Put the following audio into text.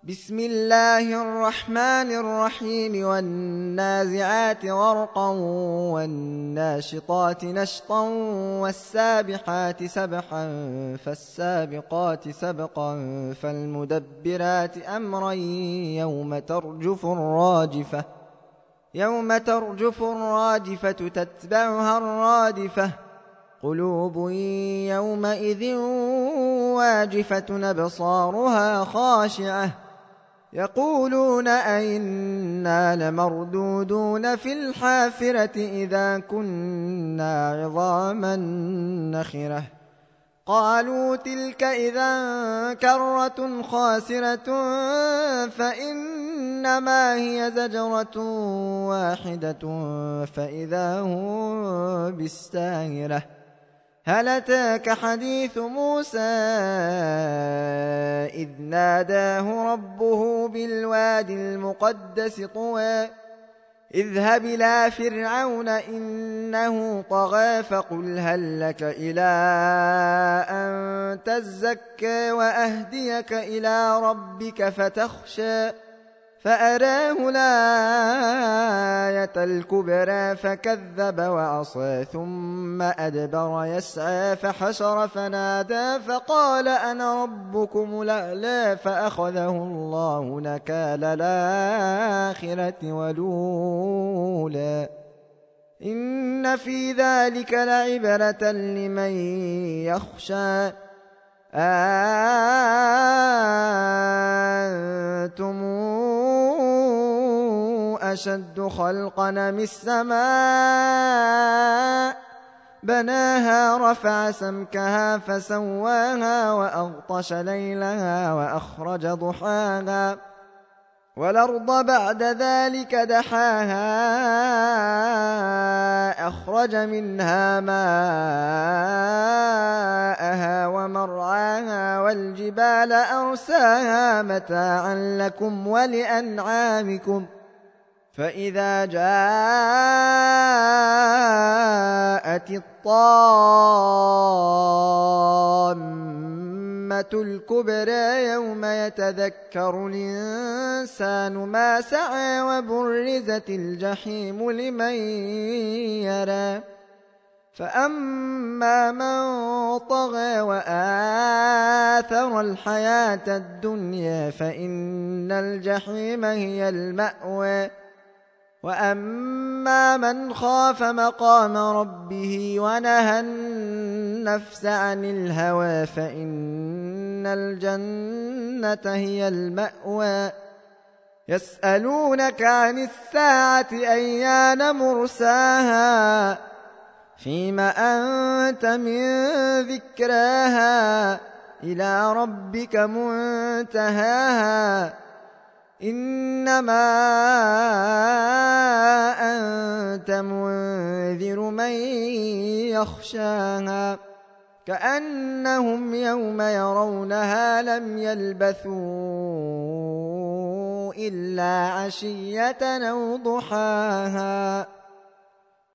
بسم الله الرحمن الرحيم والنازعات غرقا والناشطات نشطا والسابحات سبحا فالسابقات سبقا فالمدبرات أمرا يوم ترجف الراجفة تتبعها الرادفة قلوب يومئذ واجفة أبصارها خاشعة يقولون أئنا لمردودون في الحافرة إذا كنا عظاما نخرة قالوا تلك إذا كرة خاسرة فإنما هي زجرة واحدة فإذا هم بالساهرة هل أتاك حديث موسى إذ ناداه ربه بالوادي المقدس طوى اذهب إلى فرعون إنه طغى فقل هل لك إلى أن تزكى وأهديك إلى ربك فتخشى فأراه الآية الكبرى فكذب وعصى ثم أدبر يسعى فحشر فنادى فقال أنا ربكم الأعلى فأخذه الله نكال الآخرة والأولى إن في ذلك لعبرة لمن يخشى أنتم أشد خلقا من السماء بناها رفع سمكها فسواها وأغطش ليلها وأخرج ضحاها والأرض بعد ذلك دحاها أخرج منها ماءها ومرعاها والجبال أرساها متاعا لكم ولأنعامكم فإذا جاءت الطامة الكبرى يوم يتذكر الإنسان ما سعى وبرزت الجحيم لمن يرى فأما من طغى وآثر الحياة الدنيا فإن الجحيم هي المأوى وأما من خاف مقام ربه ونهى النفس عن الهوى فإن الجنة هي المأوى يسألونك عن الساعة أيان مرساها فيم أنت من ذكراها إلى ربك منتهاها إنما أنت منذر من يخشاها كأنهم يوم يرونها لم يلبثوا إلا عشية أو ضحاها